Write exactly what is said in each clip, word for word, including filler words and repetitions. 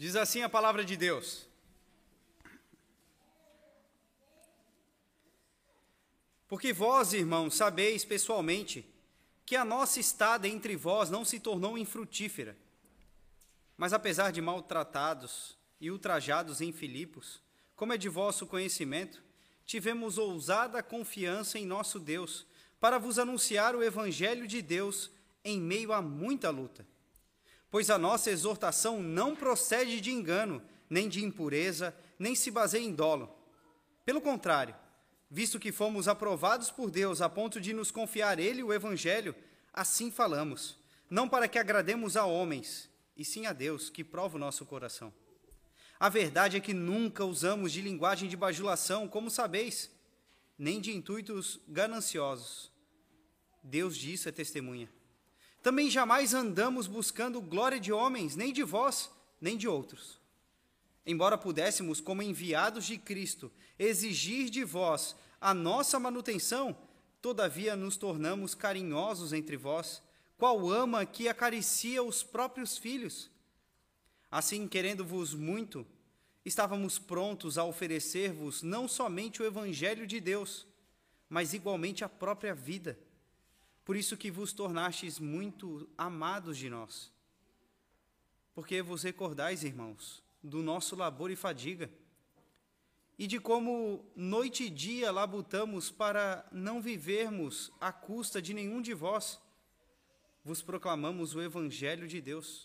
Diz assim a palavra de Deus: Porque vós, irmãos, sabeis pessoalmente que a nossa estada entre vós não se tornou infrutífera, mas apesar de maltratados e ultrajados em Filipos, como é de vosso conhecimento, tivemos ousada confiança em nosso Deus, para vos anunciar o evangelho de Deus em meio a muita luta. Pois a nossa exortação não procede de engano, nem de impureza, nem se baseia em dolo. Pelo contrário, visto que fomos aprovados por Deus a ponto de nos confiar Ele o evangelho, assim falamos, não para que agrademos a homens, e sim a Deus, que prova o nosso coração. A verdade é que nunca usamos de linguagem de bajulação, como sabeis, nem de intuitos gananciosos. Deus disso é testemunha. Também jamais andamos buscando glória de homens, nem de vós, nem de outros. Embora pudéssemos, como enviados de Cristo, exigir de vós a nossa manutenção, todavia nos tornamos carinhosos entre vós, qual ama que acaricia os próprios filhos. Assim, querendo-vos muito, estávamos prontos a oferecer-vos não somente o evangelho de Deus, mas igualmente a própria vida. Por isso que vos tornastes muito amados de nós. Porque vos recordais, irmãos, do nosso labor e fadiga, e de como noite e dia labutamos para não vivermos à custa de nenhum de vós, vos proclamamos o evangelho de Deus.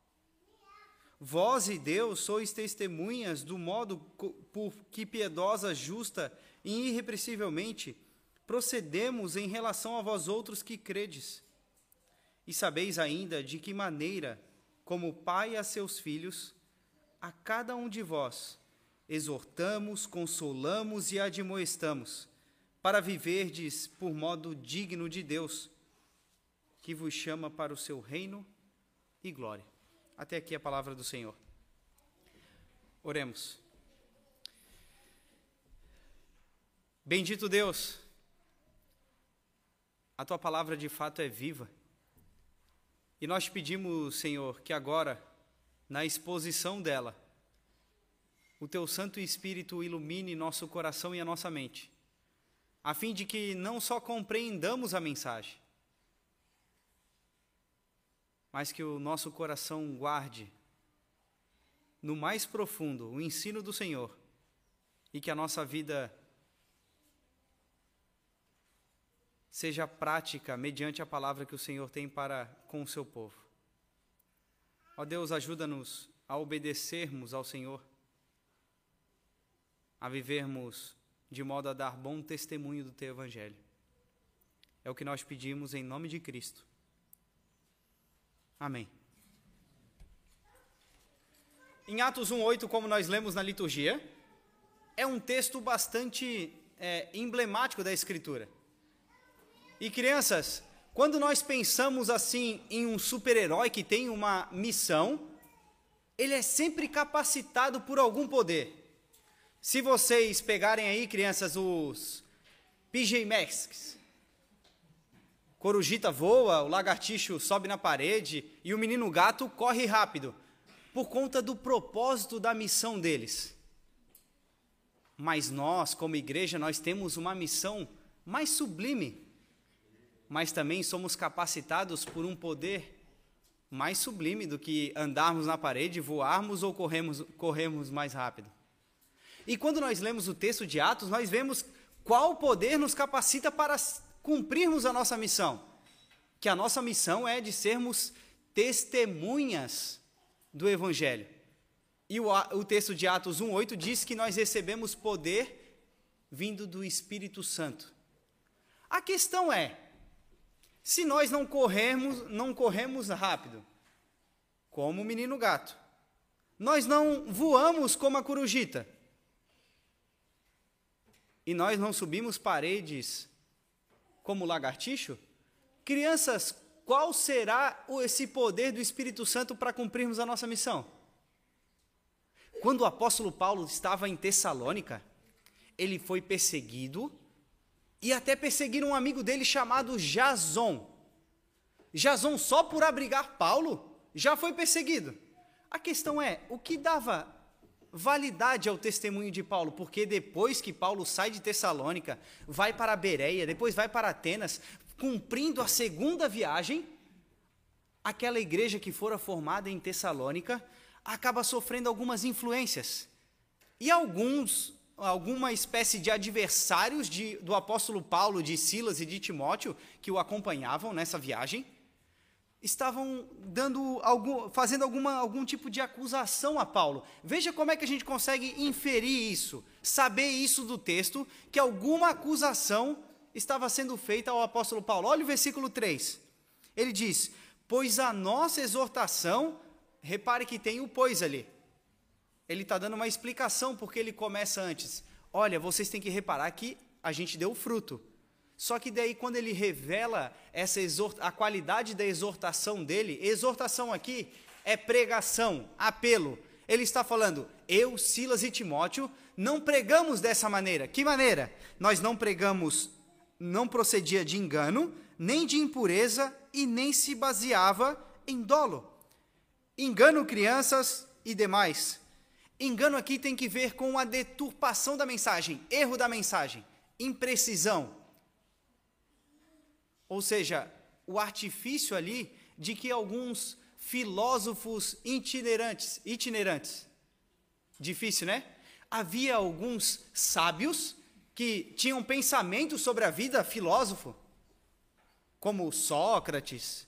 Vós e Deus sois testemunhas do modo por que piedosa, justa e irrepreensivelmente procedemos em relação a vós outros que credes. E sabeis ainda de que maneira, como pai a seus filhos, a cada um de vós exortamos, consolamos e admoestamos, para viverdes por modo digno de Deus, que vos chama para o seu reino e glória. Até aqui a palavra do Senhor. Oremos. Bendito Deus, a tua palavra de fato é viva. E nós te pedimos, Senhor, que agora, na exposição dela, o teu Santo Espírito ilumine nosso coração e a nossa mente, a fim de que não só compreendamos a mensagem, mas que o nosso coração guarde no mais profundo o ensino do Senhor e que a nossa vida seja prática mediante a palavra que o Senhor tem para com o seu povo. Ó Deus, ajuda-nos a obedecermos ao Senhor, a vivermos de modo a dar bom testemunho do teu evangelho. É o que nós pedimos em nome de Cristo. Amém. Em Atos um, oito, como nós lemos na liturgia, é um texto bastante é, emblemático da Escritura. E crianças, quando nós pensamos assim em um super-herói que tem uma missão, ele é sempre capacitado por algum poder. Se vocês pegarem aí, crianças, os P J Masks, Corujita voa, o lagartixo sobe na parede e o menino gato corre rápido, por conta do propósito da missão deles. Mas nós, como igreja, nós temos uma missão mais sublime, mas também somos capacitados por um poder mais sublime do que andarmos na parede, voarmos ou corrermos, corrermos mais rápido. E quando nós lemos o texto de Atos, nós vemos qual poder nos capacita para cumprirmos a nossa missão, que a nossa missão é de sermos testemunhas do Evangelho. E o, o texto de Atos um, oito diz que nós recebemos poder vindo do Espírito Santo. A questão é, se nós não corrermos, não corremos rápido, como o menino gato, nós não voamos como a corujita, e nós não subimos paredes como lagartixo, crianças, qual será esse poder do Espírito Santo para cumprirmos a nossa missão? Quando o apóstolo Paulo estava em Tessalônica, ele foi perseguido e até perseguiram um amigo dele chamado Jason. Jason, só por abrigar Paulo, já foi perseguido. A questão é, o que dava validade ao testemunho de Paulo? Porque depois que Paulo sai de Tessalônica, vai para Bereia, depois vai para Atenas, cumprindo a segunda viagem, aquela igreja que fora formada em Tessalônica acaba sofrendo algumas influências. E alguns, alguma espécie de adversários de, do apóstolo Paulo, de Silas e de Timóteo, que o acompanhavam nessa viagem, estavam dando algum, fazendo alguma, algum tipo de acusação a Paulo. Veja como é que a gente consegue inferir isso, saber isso do texto, que alguma acusação estava sendo feita ao apóstolo Paulo. Olha o versículo três. Ele diz, pois a nossa exortação, repare que tem o pois ali. Ele está dando uma explicação porque ele começa antes. Olha, vocês têm que reparar que a gente deu fruto. Só que daí quando ele revela essa exort, a qualidade da exortação dele, exortação aqui é pregação, apelo. Ele está falando, eu, Silas e Timóteo, não pregamos dessa maneira. Que maneira? Nós não pregamos, não procedia de engano, nem de impureza e nem se baseava em dolo. Engano crianças e demais. Engano aqui tem que ver com a deturpação da mensagem, erro da mensagem, imprecisão. Ou seja, o artifício ali de que alguns filósofos itinerantes, itinerantes, difícil, né? Havia alguns sábios que tinham pensamento sobre a vida, filósofo, como Sócrates,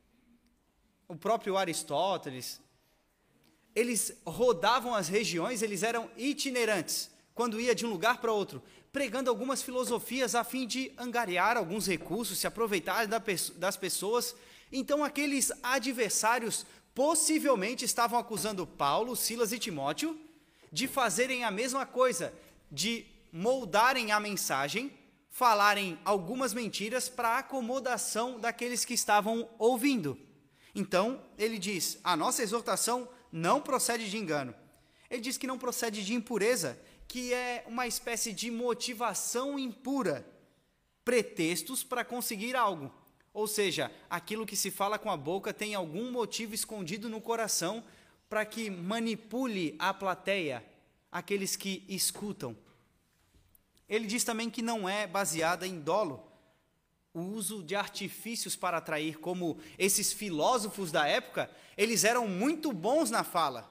o próprio Aristóteles. Eles rodavam as regiões, eles eram itinerantes, quando ia de um lugar para outro, pregando algumas filosofias a fim de angariar alguns recursos, se aproveitar das pessoas. Então aqueles adversários possivelmente estavam acusando Paulo, Silas e Timóteo de fazerem a mesma coisa, de moldarem a mensagem, falarem algumas mentiras para acomodação daqueles que estavam ouvindo. Então ele diz, a nossa exortação não procede de engano. Ele diz que não procede de impureza, que é uma espécie de motivação impura, pretextos para conseguir algo. Ou seja, aquilo que se fala com a boca tem algum motivo escondido no coração para que manipule a plateia, aqueles que escutam. Ele diz também que não é baseada em dolo, o uso de artifícios para atrair, como esses filósofos da época, eles eram muito bons na fala.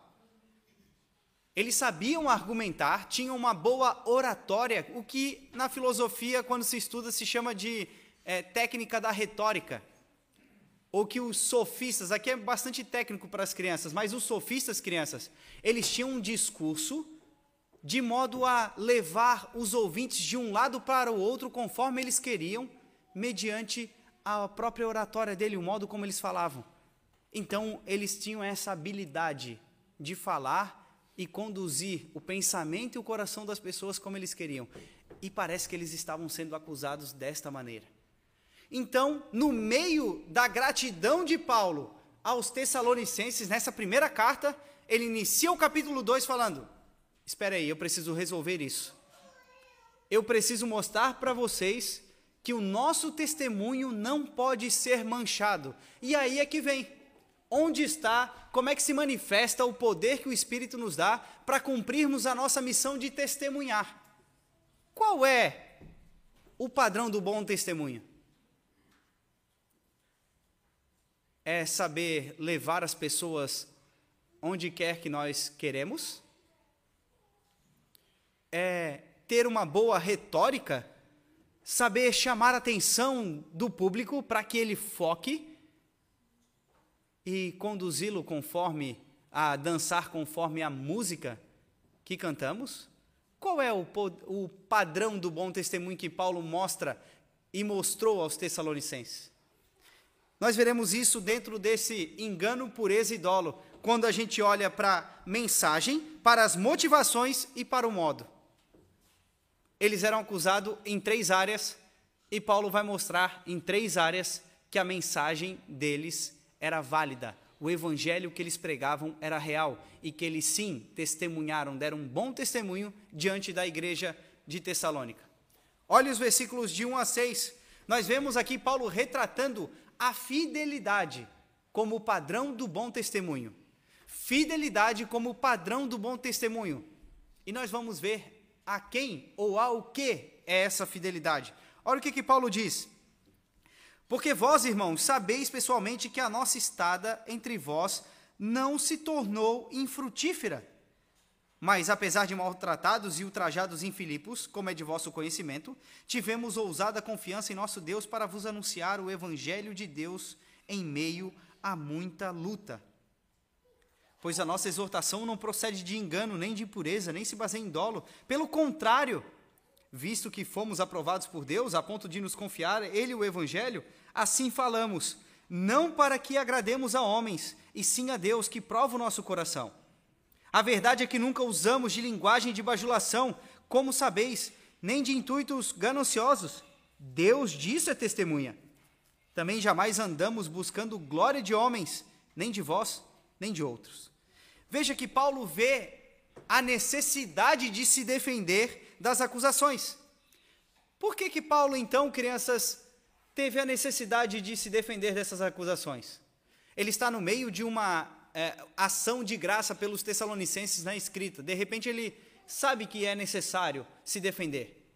Eles sabiam argumentar, tinham uma boa oratória, o que na filosofia, quando se estuda, se chama de é, técnica da retórica. Ou que os sofistas, aqui é bastante técnico para as crianças, mas os sofistas, crianças, eles tinham um discurso de modo a levar os ouvintes de um lado para o outro, conforme eles queriam, mediante a própria oratória dele, o modo como eles falavam. Então, eles tinham essa habilidade de falar e conduzir o pensamento e o coração das pessoas como eles queriam. E parece que eles estavam sendo acusados desta maneira. Então, no meio da gratidão de Paulo aos Tessalonicenses, nessa primeira carta, ele inicia o capítulo dois falando, espera aí, eu preciso resolver isso. Eu preciso mostrar para vocês que o nosso testemunho não pode ser manchado. E aí é que vem. Onde está, como é que se manifesta o poder que o Espírito nos dá para cumprirmos a nossa missão de testemunhar? Qual é o padrão do bom testemunho? É saber levar as pessoas onde quer que nós queremos? É ter uma boa retórica? Saber chamar a atenção do público para que ele foque e conduzi-lo conforme, a dançar conforme a música que cantamos? Qual é o, o padrão do bom testemunho que Paulo mostra e mostrou aos Tessalonicenses? Nós veremos isso dentro desse engano, pureza e dolo, quando a gente olha para a mensagem, para as motivações e para o modo. Eles eram acusados em três áreas, e Paulo vai mostrar em três áreas que a mensagem deles era válida, o evangelho que eles pregavam era real, e que eles sim testemunharam, deram um bom testemunho diante da igreja de Tessalônica. Olha os versículos de um a seis, nós vemos aqui Paulo retratando a fidelidade como o padrão do bom testemunho. fidelidade como padrão do bom testemunho. E nós vamos ver a quem ou ao que é essa fidelidade. Olha o que, que Paulo diz. Porque vós, irmãos, sabeis pessoalmente que a nossa estada entre vós não se tornou infrutífera. Mas, apesar de maltratados e ultrajados em Filipos, como é de vosso conhecimento, tivemos ousada confiança em nosso Deus para vos anunciar o evangelho de Deus em meio a muita luta. Pois a nossa exortação não procede de engano, nem de impureza, nem se baseia em dolo. Pelo contrário, visto que fomos aprovados por Deus, a ponto de nos confiar Ele o evangelho, assim falamos, não para que agrademos a homens, e sim a Deus, que prova o nosso coração. A verdade é que nunca usamos de linguagem de bajulação, como sabeis, nem de intuitos gananciosos. Deus disso é testemunha. Também jamais andamos buscando glória de homens, nem de vós, nem de outros. Veja que Paulo vê a necessidade de se defender das acusações. Por que que Paulo, então, crianças, teve a necessidade de se defender dessas acusações? Ele está no meio de uma é, ação de graça pelos Tessalonicenses na escrita. De repente ele sabe que é necessário se defender.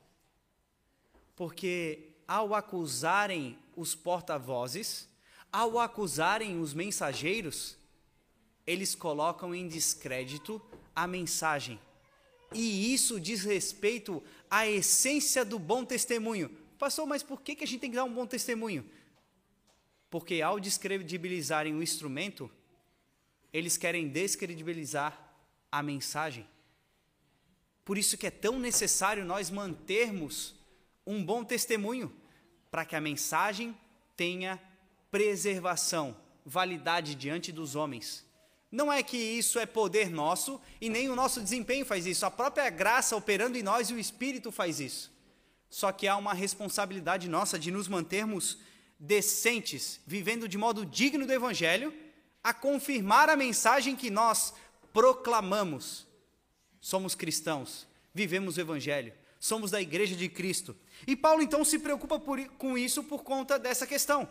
Porque ao acusarem os porta-vozes, ao acusarem os mensageiros, eles colocam em descrédito a mensagem. E isso diz respeito à essência do bom testemunho. Pastor, mas por que que a gente tem que dar um bom testemunho? Porque ao descredibilizarem o instrumento, eles querem descredibilizar a mensagem. Por isso que é tão necessário nós mantermos um bom testemunho, para que a mensagem tenha preservação, validade diante dos homens. Não é que isso é poder nosso, e nem o nosso desempenho faz isso. A própria graça operando em nós e o Espírito faz isso. Só que há uma responsabilidade nossa de nos mantermos decentes, vivendo de modo digno do Evangelho, a confirmar a mensagem que nós proclamamos. Somos cristãos, vivemos o Evangelho, somos da Igreja de Cristo. E Paulo então se preocupa por, com isso por conta dessa questão.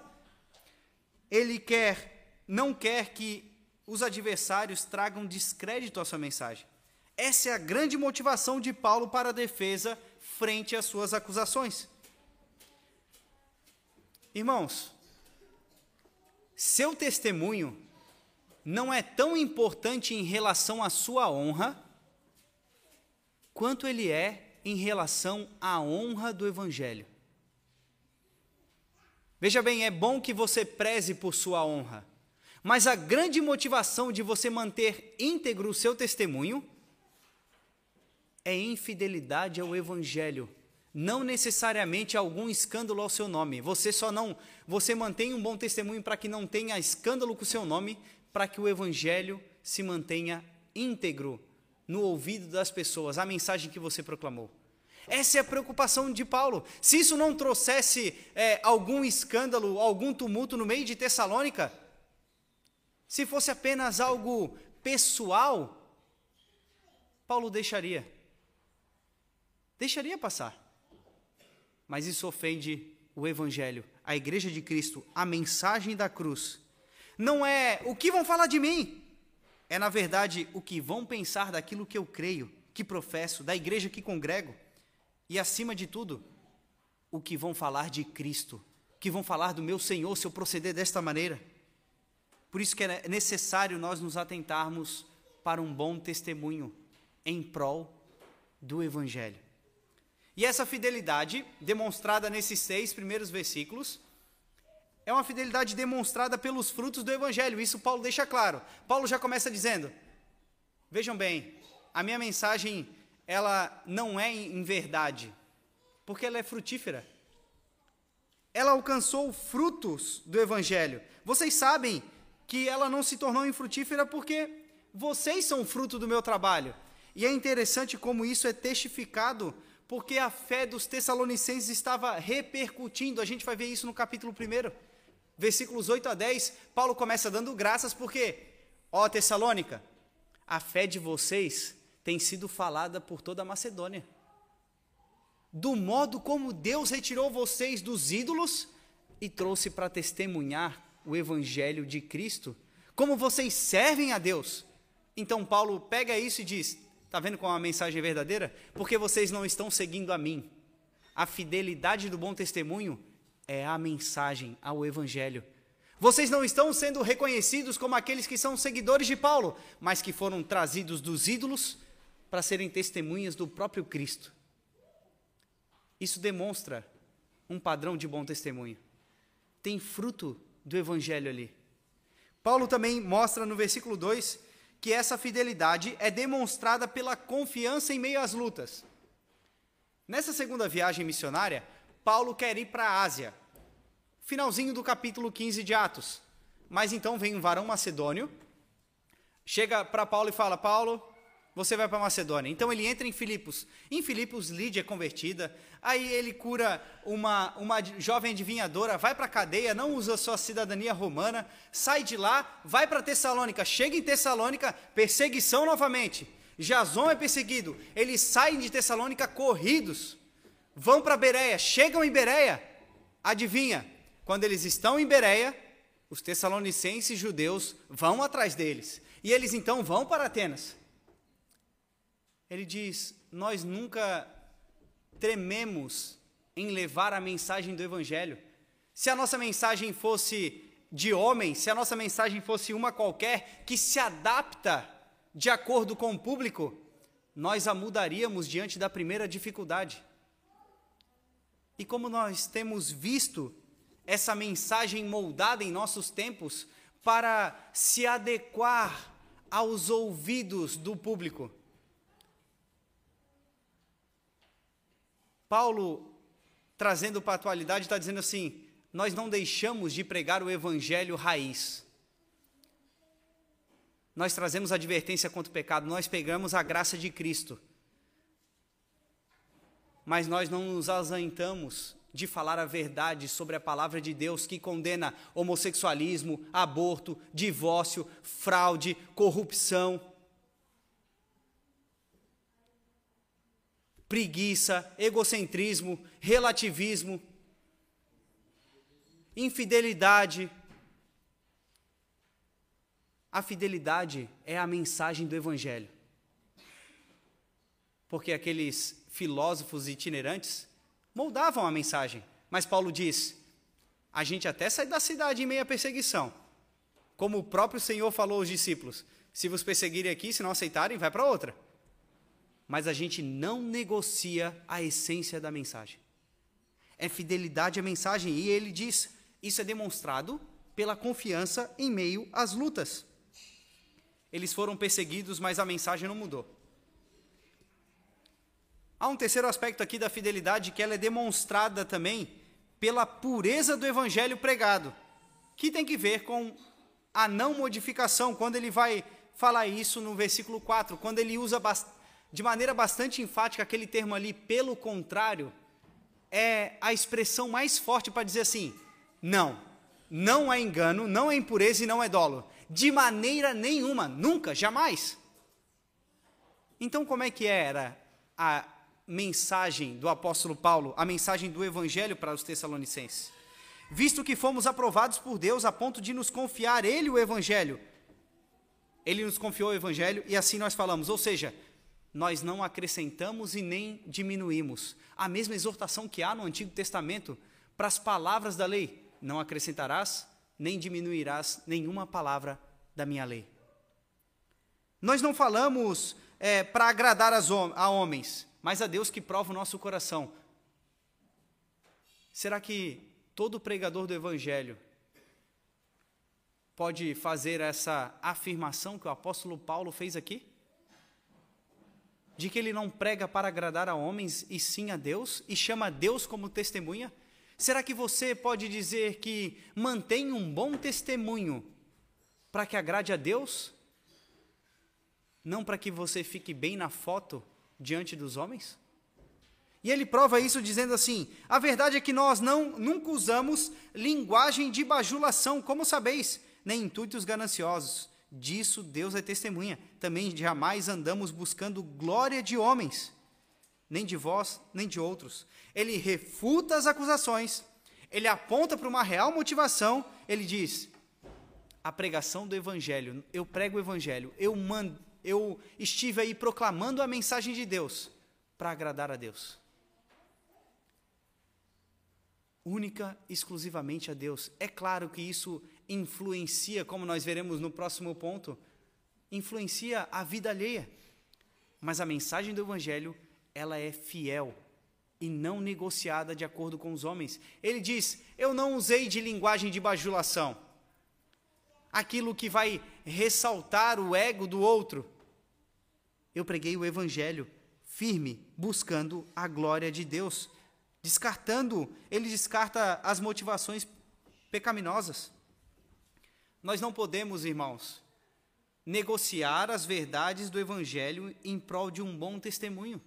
Ele quer, não quer que os adversários tragam descrédito à sua mensagem. Essa é a grande motivação de Paulo para a defesa frente às suas acusações. Irmãos, seu testemunho não é tão importante em relação à sua honra, quanto ele é em relação à honra do Evangelho. Veja bem, é bom que você preze por sua honra, mas a grande motivação de você manter íntegro o seu testemunho é infidelidade ao Evangelho, não necessariamente algum escândalo ao seu nome. Você só não, você mantém um bom testemunho para que não tenha escândalo com o seu nome, para que o Evangelho se mantenha íntegro no ouvido das pessoas, a mensagem que você proclamou. Essa é a preocupação de Paulo. Se isso não trouxesse é, algum escândalo, algum tumulto no meio de Tessalônica, se fosse apenas algo pessoal, Paulo deixaria. Deixaria passar. Mas isso ofende o Evangelho, a Igreja de Cristo, a mensagem da cruz. Não é o que vão falar de mim, é na verdade o que vão pensar daquilo que eu creio, que professo, da igreja que congrego. E acima de tudo, o que vão falar de Cristo, que vão falar do meu Senhor se eu proceder desta maneira. Por isso que é necessário nós nos atentarmos para um bom testemunho em prol do Evangelho. E essa fidelidade, demonstrada nesses seis primeiros versículos, é uma fidelidade demonstrada pelos frutos do Evangelho. Isso Paulo deixa claro. Paulo já começa dizendo, vejam bem, a minha mensagem, ela não é em verdade, porque ela é frutífera. Ela alcançou frutos do Evangelho. Vocês sabem que ela não se tornou infrutífera porque vocês são fruto do meu trabalho. E é interessante como isso é testificado, porque a fé dos Tessalonicenses estava repercutindo. A gente vai ver isso no capítulo primeiro, versículos oito a dez. Paulo começa dando graças porque, ó Tessalônica, a fé de vocês tem sido falada por toda a Macedônia. Do modo como Deus retirou vocês dos ídolos e trouxe para testemunhar o Evangelho de Cristo, como vocês servem a Deus, Então Paulo pega isso e diz, está vendo como a mensagem é verdadeira? Porque vocês não estão seguindo a mim. A fidelidade do bom testemunho é a mensagem, ao evangelho. Vocês não estão sendo reconhecidos como aqueles que são seguidores de Paulo, mas que foram trazidos dos ídolos para serem testemunhas do próprio Cristo. Isso demonstra um padrão de bom testemunho. Tem fruto do evangelho ali. Paulo também mostra no versículo dois que essa fidelidade é demonstrada pela confiança em meio às lutas. Nessa segunda viagem missionária, Paulo quer ir para a Ásia, finalzinho do capítulo quinze de Atos. Mas então vem um varão macedônio, chega para Paulo e fala, Paulo, você vai para Macedônia. Então ele entra em Filipos. Em Filipos, Lídia é convertida. Aí ele cura uma, uma jovem adivinhadora, vai para a cadeia, não usa sua cidadania romana, sai de lá, vai para Tessalônica. Chega em Tessalônica, perseguição novamente. Jason é perseguido. Eles saem de Tessalônica corridos. Vão para Bereia. Chegam em Bereia. Adivinha? Quando eles estão em Bereia, os tessalonicenses judeus vão atrás deles. E eles então vão para Atenas. Ele diz, nós nunca trememos em levar a mensagem do evangelho. Se a nossa mensagem fosse de homem, se a nossa mensagem fosse uma qualquer, que se adapta de acordo com o público, nós a mudaríamos diante da primeira dificuldade. E como nós temos visto essa mensagem moldada em nossos tempos para se adequar aos ouvidos do público. Paulo, trazendo para a atualidade, está dizendo assim, nós não deixamos de pregar o evangelho raiz. Nós trazemos advertência contra o pecado, nós pegamos a graça de Cristo. Mas nós não nos ausentamos de falar a verdade sobre a palavra de Deus que condena homossexualismo, aborto, divórcio, fraude, corrupção, preguiça, egocentrismo, relativismo, infidelidade. A fidelidade é a mensagem do evangelho. Porque aqueles filósofos itinerantes moldavam a mensagem, mas Paulo diz, a gente até sai da cidade em meio à perseguição, como o próprio Senhor falou aos discípulos, se vos perseguirem aqui, se não aceitarem, vai para outra. Mas a gente não negocia a essência da mensagem. É fidelidade à mensagem, e ele diz, isso é demonstrado pela confiança em meio às lutas. Eles foram perseguidos, mas a mensagem não mudou. Há um terceiro aspecto aqui da fidelidade, que ela é demonstrada também pela pureza do evangelho pregado, que tem que ver com a não modificação, quando ele vai falar isso no versículo quatro, quando ele usa bastante, de maneira bastante enfática aquele termo ali, pelo contrário, é a expressão mais forte para dizer assim, não, não é engano, não é impureza e não é dolo, de maneira nenhuma, nunca, jamais. Então como é que era a mensagem do apóstolo Paulo, a mensagem do evangelho para os tessalonicenses? Visto que fomos aprovados por Deus a ponto de nos confiar ele o evangelho, ele nos confiou o evangelho e assim nós falamos, ou seja, nós não acrescentamos e nem diminuímos. A mesma exortação que há no Antigo Testamento para as palavras da lei. Não acrescentarás, nem diminuirás nenhuma palavra da minha lei. Nós não falamos é, para agradar as, a homens, mas a Deus que prova o nosso coração. Será que todo pregador do Evangelho pode fazer essa afirmação que o apóstolo Paulo fez aqui? De que ele não prega para agradar a homens e sim a Deus, e chama Deus como testemunha? Será que você pode dizer que mantém um bom testemunho para que agrade a Deus? Não para que você fique bem na foto diante dos homens? E ele prova isso dizendo assim, a verdade é que nós não, nunca usamos linguagem de bajulação, como sabeis, nem intuitos gananciosos. Disso Deus é testemunha. Também jamais andamos buscando glória de homens, nem de vós, nem de outros. Ele refuta as acusações, ele aponta para uma real motivação, ele diz, a pregação do evangelho, eu prego o evangelho, eu eu estive aí proclamando a mensagem de Deus para agradar a Deus. Única, exclusivamente a Deus. É claro que isso influencia, como nós veremos no próximo ponto, influencia a vida alheia. Mas a mensagem do Evangelho, ela é fiel e não negociada de acordo com os homens. Ele diz, eu não usei de linguagem de bajulação, aquilo que vai ressaltar o ego do outro. Eu preguei o Evangelho firme, buscando a glória de Deus, descartando, ele descarta as motivações pecaminosas. Nós não podemos, irmãos, negociar as verdades do Evangelho em prol de um bom testemunho.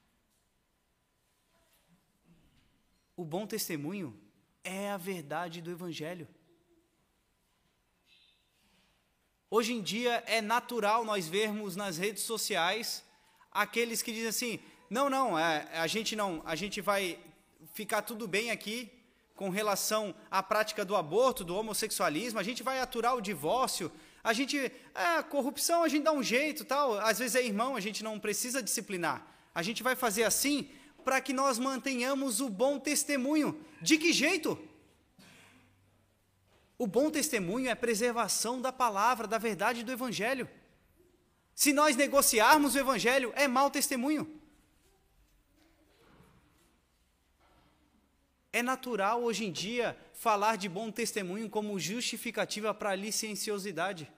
O bom testemunho é a verdade do Evangelho. Hoje em dia é natural nós vermos nas redes sociais aqueles que dizem assim, não, não, é, a gente não, a gente vai ficar tudo bem aqui com relação à prática do aborto, do homossexualismo, a gente vai aturar o divórcio, a gente, é, a corrupção a gente dá um jeito, tal, às vezes é irmão, a gente não precisa disciplinar, a gente vai fazer assim para que nós mantenhamos o bom testemunho. De que jeito? O bom testemunho é a preservação da palavra, da verdade do Evangelho. Se nós negociarmos o Evangelho, é mau testemunho. É natural hoje em dia falar de bom testemunho como justificativa para a licenciosidade.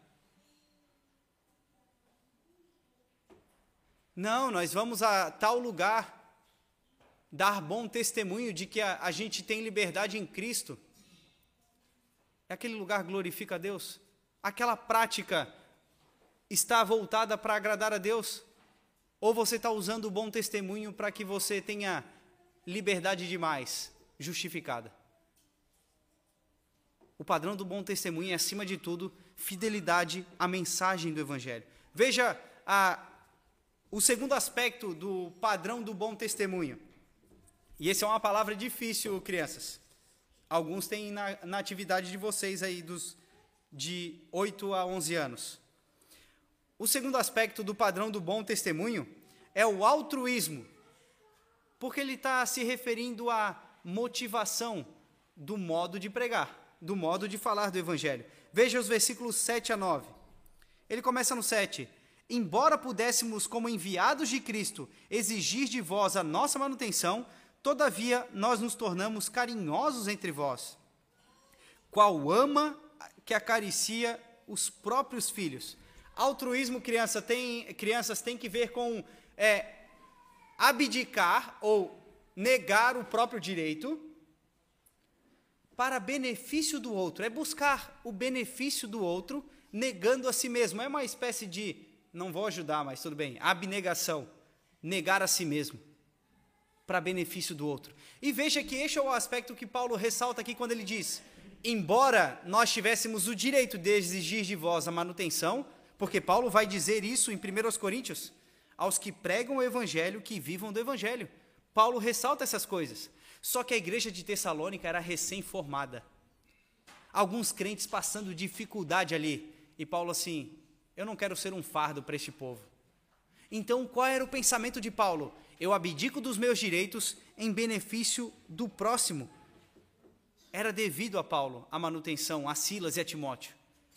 Não, nós vamos a tal lugar dar bom testemunho de que a, a gente tem liberdade em Cristo. Aquele lugar glorifica a Deus? Aquela prática está voltada para agradar a Deus? Ou você está usando o bom testemunho para que você tenha liberdade demais, justificada? O padrão do bom testemunho é, acima de tudo, fidelidade à mensagem do Evangelho. Veja a, o segundo aspecto do padrão do bom testemunho. E essa é uma palavra difícil, crianças. Alguns têm na, na atividade de vocês aí, dos, de oito a onze anos. O segundo aspecto do padrão do bom testemunho é o altruísmo, porque ele está se referindo à motivação do modo de pregar, do modo de falar do Evangelho. Veja os versículos sete a nove. Ele começa no sete. Embora pudéssemos, como enviados de Cristo, exigir de vós a nossa manutenção, todavia, nós nos tornamos carinhosos entre vós, qual ama que acaricia os próprios filhos. Altruísmo, criança, tem, crianças, tem que ver com é, abdicar ou negar o próprio direito para benefício do outro. É buscar o benefício do outro, negando a si mesmo. É uma espécie de, não vou ajudar, mas tudo bem, abnegação, negar a si mesmo para benefício do outro. E veja que este é o aspecto que Paulo ressalta aqui quando ele diz, embora nós tivéssemos o direito de exigir de vós a manutenção, porque Paulo vai dizer isso em primeira Coríntios, aos que pregam o Evangelho, que vivam do Evangelho. Paulo ressalta essas coisas. Só que a igreja de Tessalônica era recém-formada. Alguns crentes passando dificuldade ali. E Paulo assim, eu não quero ser um fardo para este povo. Então, qual era o pensamento de Paulo? Eu abdico dos meus direitos em benefício do próximo. Era devido a Paulo a manutenção, a Silas e a Timóteo.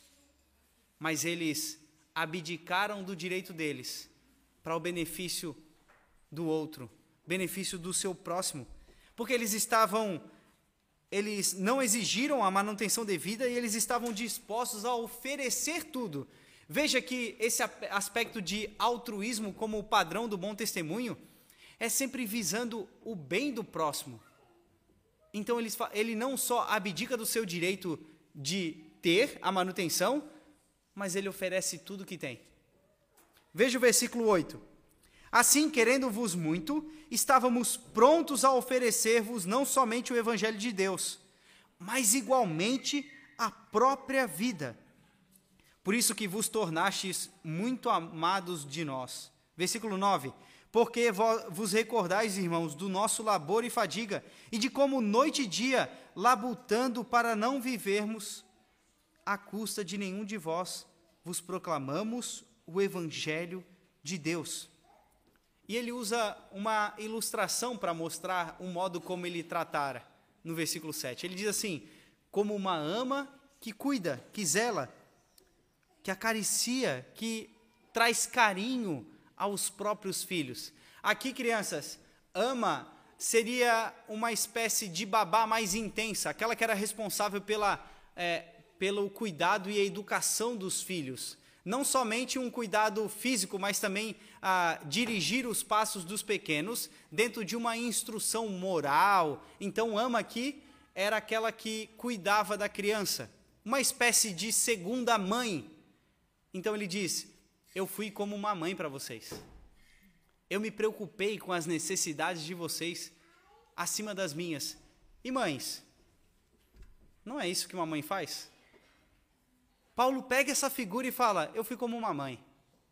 Mas eles abdicaram do direito deles para o benefício do outro, benefício do seu próximo. Porque eles estavam, eles não exigiram a manutenção devida e eles estavam dispostos a oferecer tudo. Veja que esse aspecto de altruísmo como o padrão do bom testemunho é sempre visando o bem do próximo. Então ele, ele não só abdica do seu direito de ter a manutenção, mas ele oferece tudo que tem. Veja o versículo oito. Assim, querendo-vos muito, estávamos prontos a oferecer-vos não somente o Evangelho de Deus, mas igualmente a própria vida. Por isso que vos tornastes muito amados de nós. Versículo nove. Porque vos recordais, irmãos, do nosso labor e fadiga, e de como noite e dia, labutando para não vivermos à custa de nenhum de vós, vos proclamamos o evangelho de Deus. E ele usa uma ilustração para mostrar o modo como ele tratara, no versículo sete. Ele diz assim: como uma ama que cuida, que zela, que acaricia, que traz carinho aos próprios filhos. Aqui, crianças, ama seria uma espécie de babá mais intensa, aquela que era responsável pela, é, pelo cuidado e a educação dos filhos. Não somente um cuidado físico, mas também ah, dirigir os passos dos pequenos dentro de uma instrução moral. Então, ama aqui era aquela que cuidava da criança, uma espécie de segunda mãe. Então ele diz: eu fui como uma mãe para vocês. Eu me preocupei com as necessidades de vocês acima das minhas. E mães, não é isso que uma mãe faz? Paulo pega essa figura e fala: eu fui como uma mãe.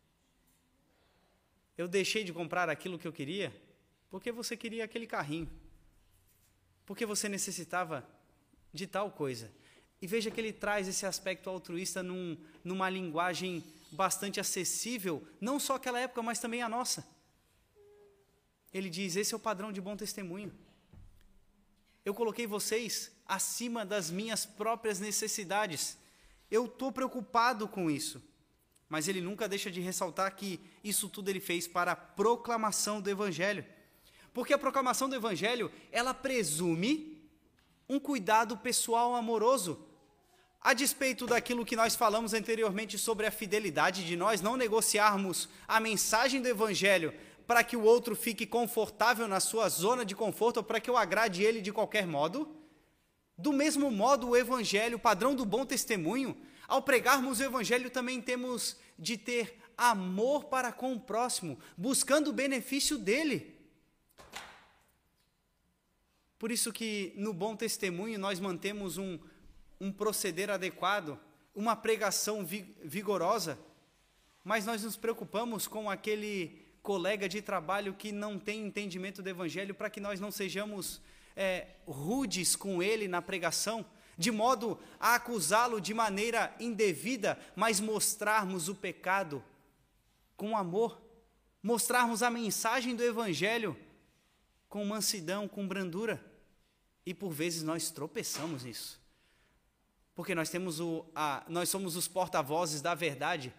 Eu deixei de comprar aquilo que eu queria porque você queria aquele carrinho, porque você necessitava de tal coisa. E veja que ele traz esse aspecto altruísta num, numa linguagem bastante acessível, não só àquela época, mas também a nossa. Ele diz: esse é o padrão de bom testemunho. Eu coloquei vocês acima das minhas próprias necessidades. Eu estou preocupado com isso. Mas ele nunca deixa de ressaltar que isso tudo ele fez para a proclamação do Evangelho. Porque a proclamação do Evangelho, ela presume um cuidado pessoal amoroso. A despeito daquilo que nós falamos anteriormente sobre a fidelidade de nós não negociarmos a mensagem do Evangelho para que o outro fique confortável na sua zona de conforto ou para que eu agrade ele de qualquer modo, do mesmo modo o Evangelho, o padrão do bom testemunho, ao pregarmos o Evangelho também temos de ter amor para com o próximo, buscando o benefício dele. Por isso que no bom testemunho nós mantemos um, um proceder adequado, uma pregação vi, vigorosa, mas nós nos preocupamos com aquele colega de trabalho que não tem entendimento do Evangelho para que nós não sejamos é, rudes com ele na pregação, de modo a acusá-lo de maneira indevida, mas mostrarmos o pecado com amor, mostrarmos a mensagem do Evangelho com mansidão, com brandura. E por vezes nós tropeçamos nisso, porque nós, temos o, a, nós somos os porta-vozes da verdade,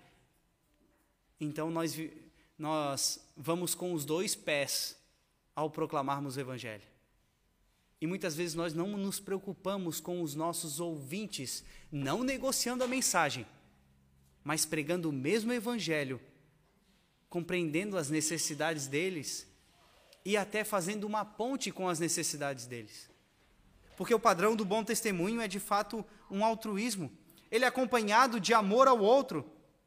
então nós, nós vamos com os dois pés ao proclamarmos o Evangelho. E muitas vezes nós não nos preocupamos com os nossos ouvintes, não negociando a mensagem, mas pregando o mesmo Evangelho, compreendendo as necessidades deles e até fazendo uma ponte com as necessidades deles. Porque o padrão do bom testemunho é de fato um altruísmo. Ele é acompanhado de amor ao outro.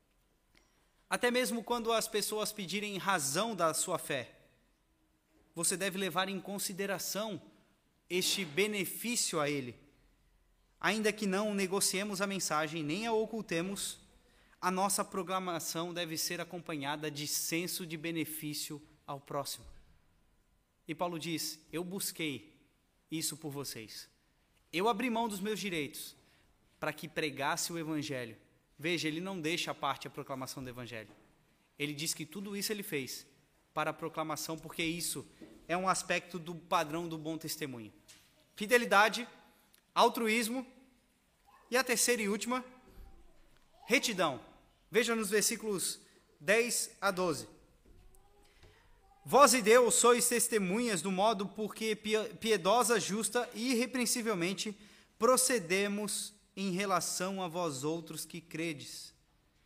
Até mesmo quando as pessoas pedirem razão da sua fé, você deve levar em consideração este benefício a ele. Ainda que não negociemos a mensagem, nem a ocultemos, a nossa proclamação deve ser acompanhada de senso de benefício ao próximo. E Paulo diz: eu busquei isso por vocês. Eu abri mão dos meus direitos para que pregasse o Evangelho. Veja, ele não deixa à parte a proclamação do Evangelho. Ele diz que tudo isso ele fez para a proclamação, porque isso é um aspecto do padrão do bom testemunho. Fidelidade, altruísmo e a terceira e última, retidão. Veja nos versículos dez a doze. Vós e Deus sois testemunhas do modo porque piedosa, justa e irrepreensivelmente procedemos em relação a vós outros que credes.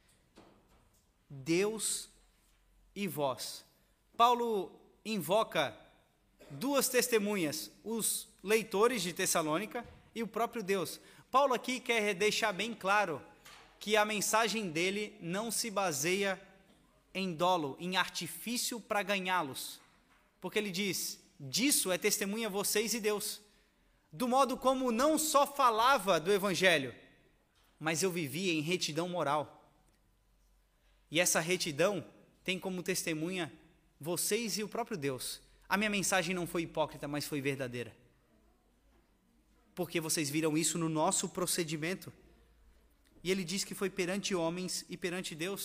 Deus e vós. Paulo invoca duas testemunhas, os leitores de Tessalônica e o próprio Deus. Paulo aqui quer deixar bem claro que a mensagem dele não se baseia em dolo, em artifício para ganhá-los. Porque ele diz: disso é testemunha vocês e Deus. Do modo como não só falava do Evangelho, mas eu vivia em retidão moral. E essa retidão tem como testemunha vocês e o próprio Deus. A minha mensagem não foi hipócrita, mas foi verdadeira. Porque vocês viram isso no nosso procedimento. E ele diz que foi perante homens e perante Deus.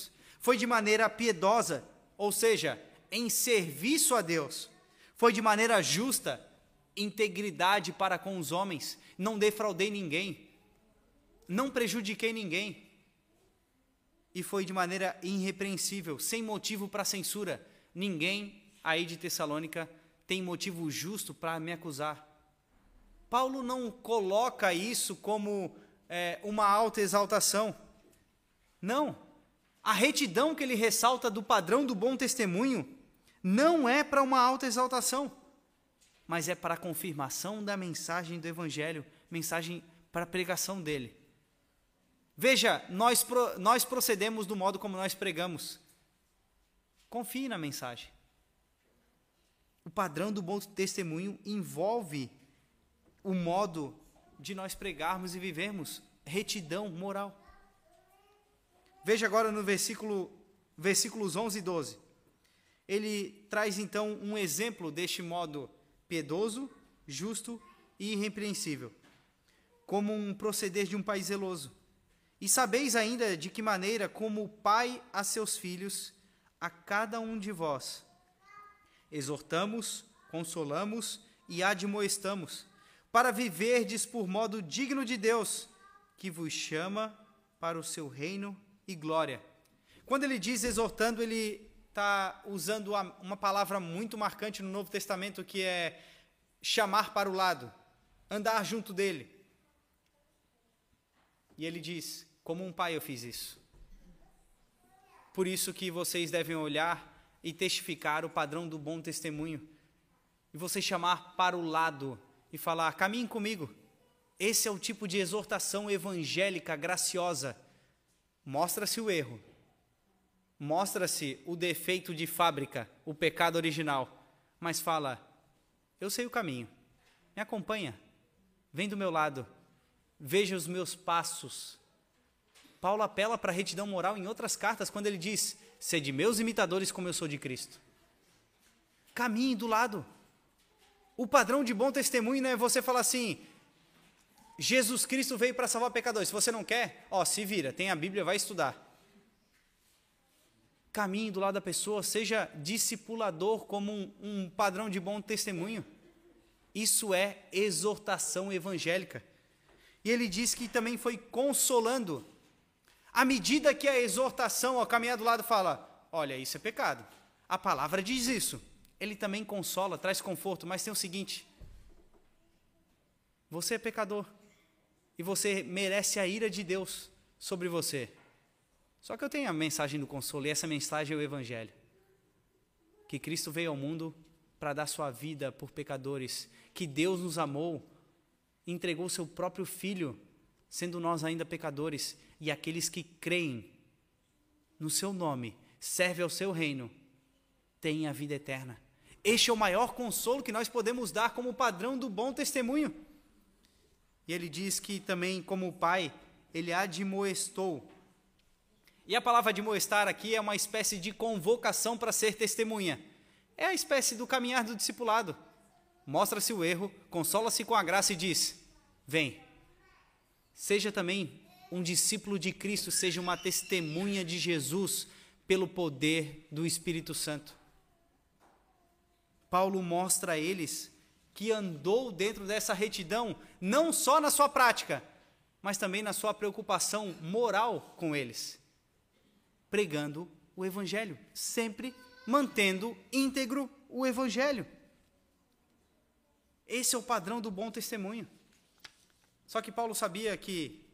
Foi de maneira piedosa, ou seja, em serviço a Deus. Foi de maneira justa, integridade para com os homens. Não defraudei ninguém, não prejudiquei ninguém. E foi de maneira irrepreensível, sem motivo para censura. Ninguém aí de Tessalônica tem motivo justo para me acusar. Paulo não coloca isso como é, uma alta exaltação. Não. A retidão que ele ressalta do padrão do bom testemunho não é para uma alta exaltação, mas é para a confirmação da mensagem do Evangelho, mensagem para a pregação dele. Veja, nós, pro, nós procedemos do modo como nós pregamos. Confie na mensagem. O padrão do bom testemunho envolve o modo de nós pregarmos e vivermos retidão moral. Veja agora no versículo, versículos onze e doze. Ele traz então um exemplo deste modo piedoso, justo e irrepreensível, como um proceder de um pai zeloso. E sabeis ainda de que maneira, como o pai a seus filhos, a cada um de vós, exortamos, consolamos e admoestamos, para viverdes por modo digno de Deus, que vos chama para o seu reino e glória. Quando ele diz exortando, ele está usando uma palavra muito marcante no Novo Testamento, que é chamar para o lado, andar junto dele. E ele diz, como um pai eu fiz isso. Por isso que vocês devem olhar e testificar o padrão do bom testemunho. E você chamar para o lado e falar, caminhe comigo. Esse é o tipo de exortação evangélica graciosa. Mostra-se o erro, mostra-se o defeito de fábrica, o pecado original, mas fala, eu sei o caminho, me acompanha, vem do meu lado, veja os meus passos. Paulo apela para a retidão moral em outras cartas, quando ele diz, sede meus imitadores como eu sou de Cristo. Caminhe do lado. O padrão de bom testemunho não é você falar assim, Jesus Cristo veio para salvar pecadores. Se você não quer, ó, se vira, tem a Bíblia, vai estudar. Caminhe do lado da pessoa, seja discipulador como um, um padrão de bom testemunho. Isso é exortação evangélica. E ele diz que também foi consolando. À medida que a exortação ao caminhar do lado fala, olha, isso é pecado. A palavra diz isso. Ele também consola, traz conforto, mas tem o seguinte, você é pecador. E você merece a ira de Deus sobre você. Só que eu tenho a mensagem do consolo, e essa mensagem é o Evangelho. Que Cristo veio ao mundo para dar sua vida por pecadores, que Deus nos amou, entregou seu próprio Filho, sendo nós ainda pecadores, e aqueles que creem no seu nome, servem ao seu reino, têm a vida eterna. Este é o maior consolo que nós podemos dar como padrão do bom testemunho. E ele diz que também, como pai, ele admoestou. E a palavra admoestar aqui é uma espécie de convocação para ser testemunha. É a espécie do caminhar do discipulado. Mostra-se o erro, consola-se com a graça e diz, vem. Seja também um discípulo de Cristo, seja uma testemunha de Jesus pelo poder do Espírito Santo. Paulo mostra a eles que andou dentro dessa retidão, não só na sua prática, mas também na sua preocupação moral com eles, pregando o Evangelho, sempre mantendo íntegro o Evangelho. Esse é o padrão do bom testemunho. Só que Paulo sabia que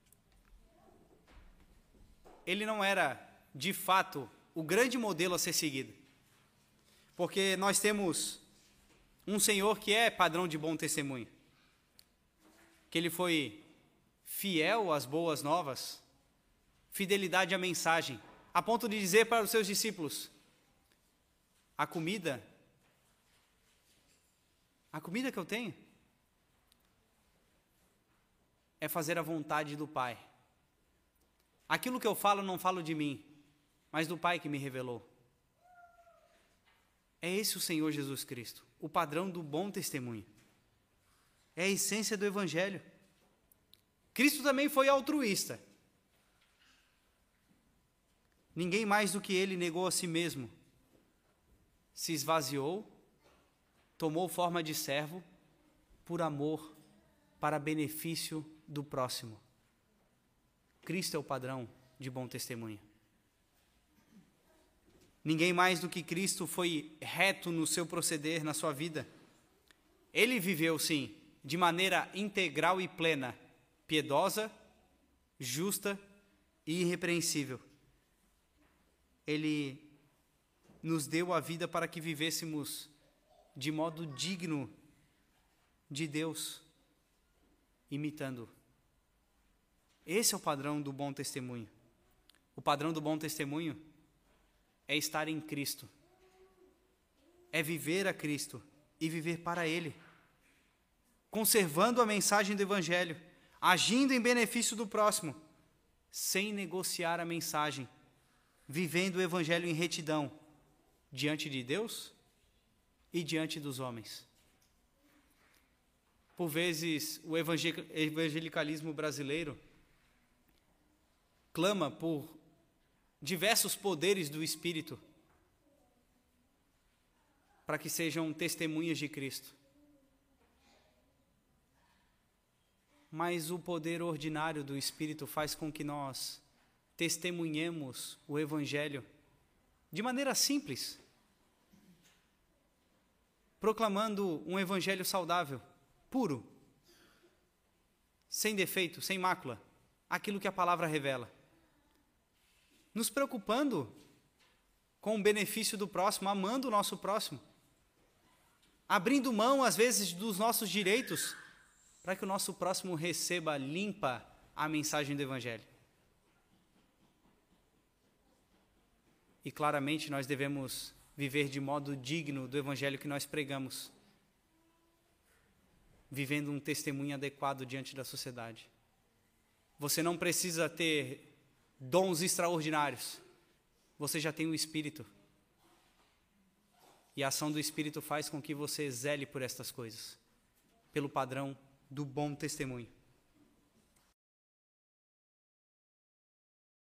ele não era, de fato, o grande modelo a ser seguido, porque nós temos um Senhor que é padrão de bom testemunho, que ele foi fiel às boas novas, fidelidade à mensagem, a ponto de dizer para os seus discípulos, a comida, a comida que eu tenho é fazer a vontade do Pai. Aquilo que eu falo, não falo de mim, mas do Pai que me revelou. É esse o Senhor Jesus Cristo, o padrão do bom testemunho. É a essência do Evangelho. Cristo também foi altruísta. ninguém mais do que ele negou a si mesmo, se esvaziou, tomou forma de servo, por amor, para benefício do próximo. Cristo é o padrão de bom testemunho. Ninguém mais do que Cristo foi reto no seu proceder, na sua vida. Ele viveu, sim, de maneira integral e plena, piedosa, justa e irrepreensível. Ele nos deu a vida para que vivêssemos de modo digno de Deus, imitando. Esse é o padrão do bom testemunho. O padrão do bom testemunho é estar em Cristo, é viver a Cristo e viver para Ele, conservando a mensagem do Evangelho, agindo em benefício do próximo, sem negociar a mensagem, vivendo o Evangelho em retidão, diante de Deus e diante dos homens. Por vezes, o evangelicalismo brasileiro clama por diversos poderes do Espírito para que sejam testemunhas de Cristo. Mas o poder ordinário do Espírito faz com que nós testemunhemos o Evangelho de maneira simples, proclamando um Evangelho saudável, puro, sem defeito, sem mácula, aquilo que a palavra revela. Nos preocupando com o benefício do próximo, amando o nosso próximo, abrindo mão, às vezes, dos nossos direitos, para que o nosso próximo receba limpa a mensagem do Evangelho. E claramente nós devemos viver de modo digno do Evangelho que nós pregamos, vivendo um testemunho adequado diante da sociedade. Você não precisa ter dons extraordinários, você já tem o Espírito. E a ação do Espírito faz com que você zele por estas coisas, pelo padrão do bom testemunho.